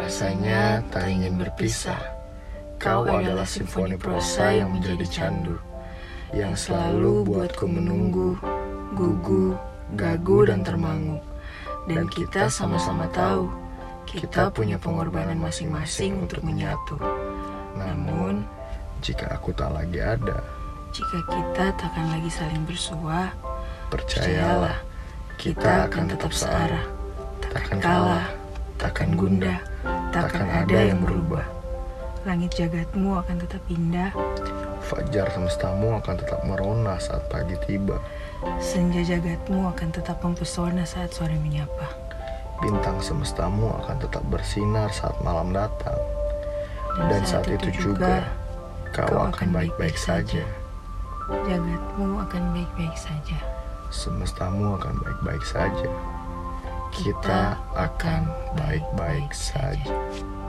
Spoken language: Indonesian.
Rasanya tak ingin berpisah. Kau adalah simfoni prosa yang menjadi candu, yang selalu buatku menunggu, gugu, gagu dan termangu. Dan kita sama-sama tahu, kita punya pengorbanan masing-masing untuk menyatu. Namun, jika aku tak lagi ada, jika kita takkan lagi saling bersua, percayalah, kita akan tetap searah. Takkan kalah, takkan gundah, takkan ada yang berubah. Langit jagatmu akan tetap indah, Fajar semestamu akan tetap merona saat pagi tiba. senja jagatmu akan tetap mempesona saat sore menyapa. Bintang semestamu akan tetap bersinar saat malam datang. Dan saat itu juga, kau akan baik-baik saja. Jagatmu akan baik-baik saja. Semestamu akan baik-baik saja. Kita akan baik-baik saja.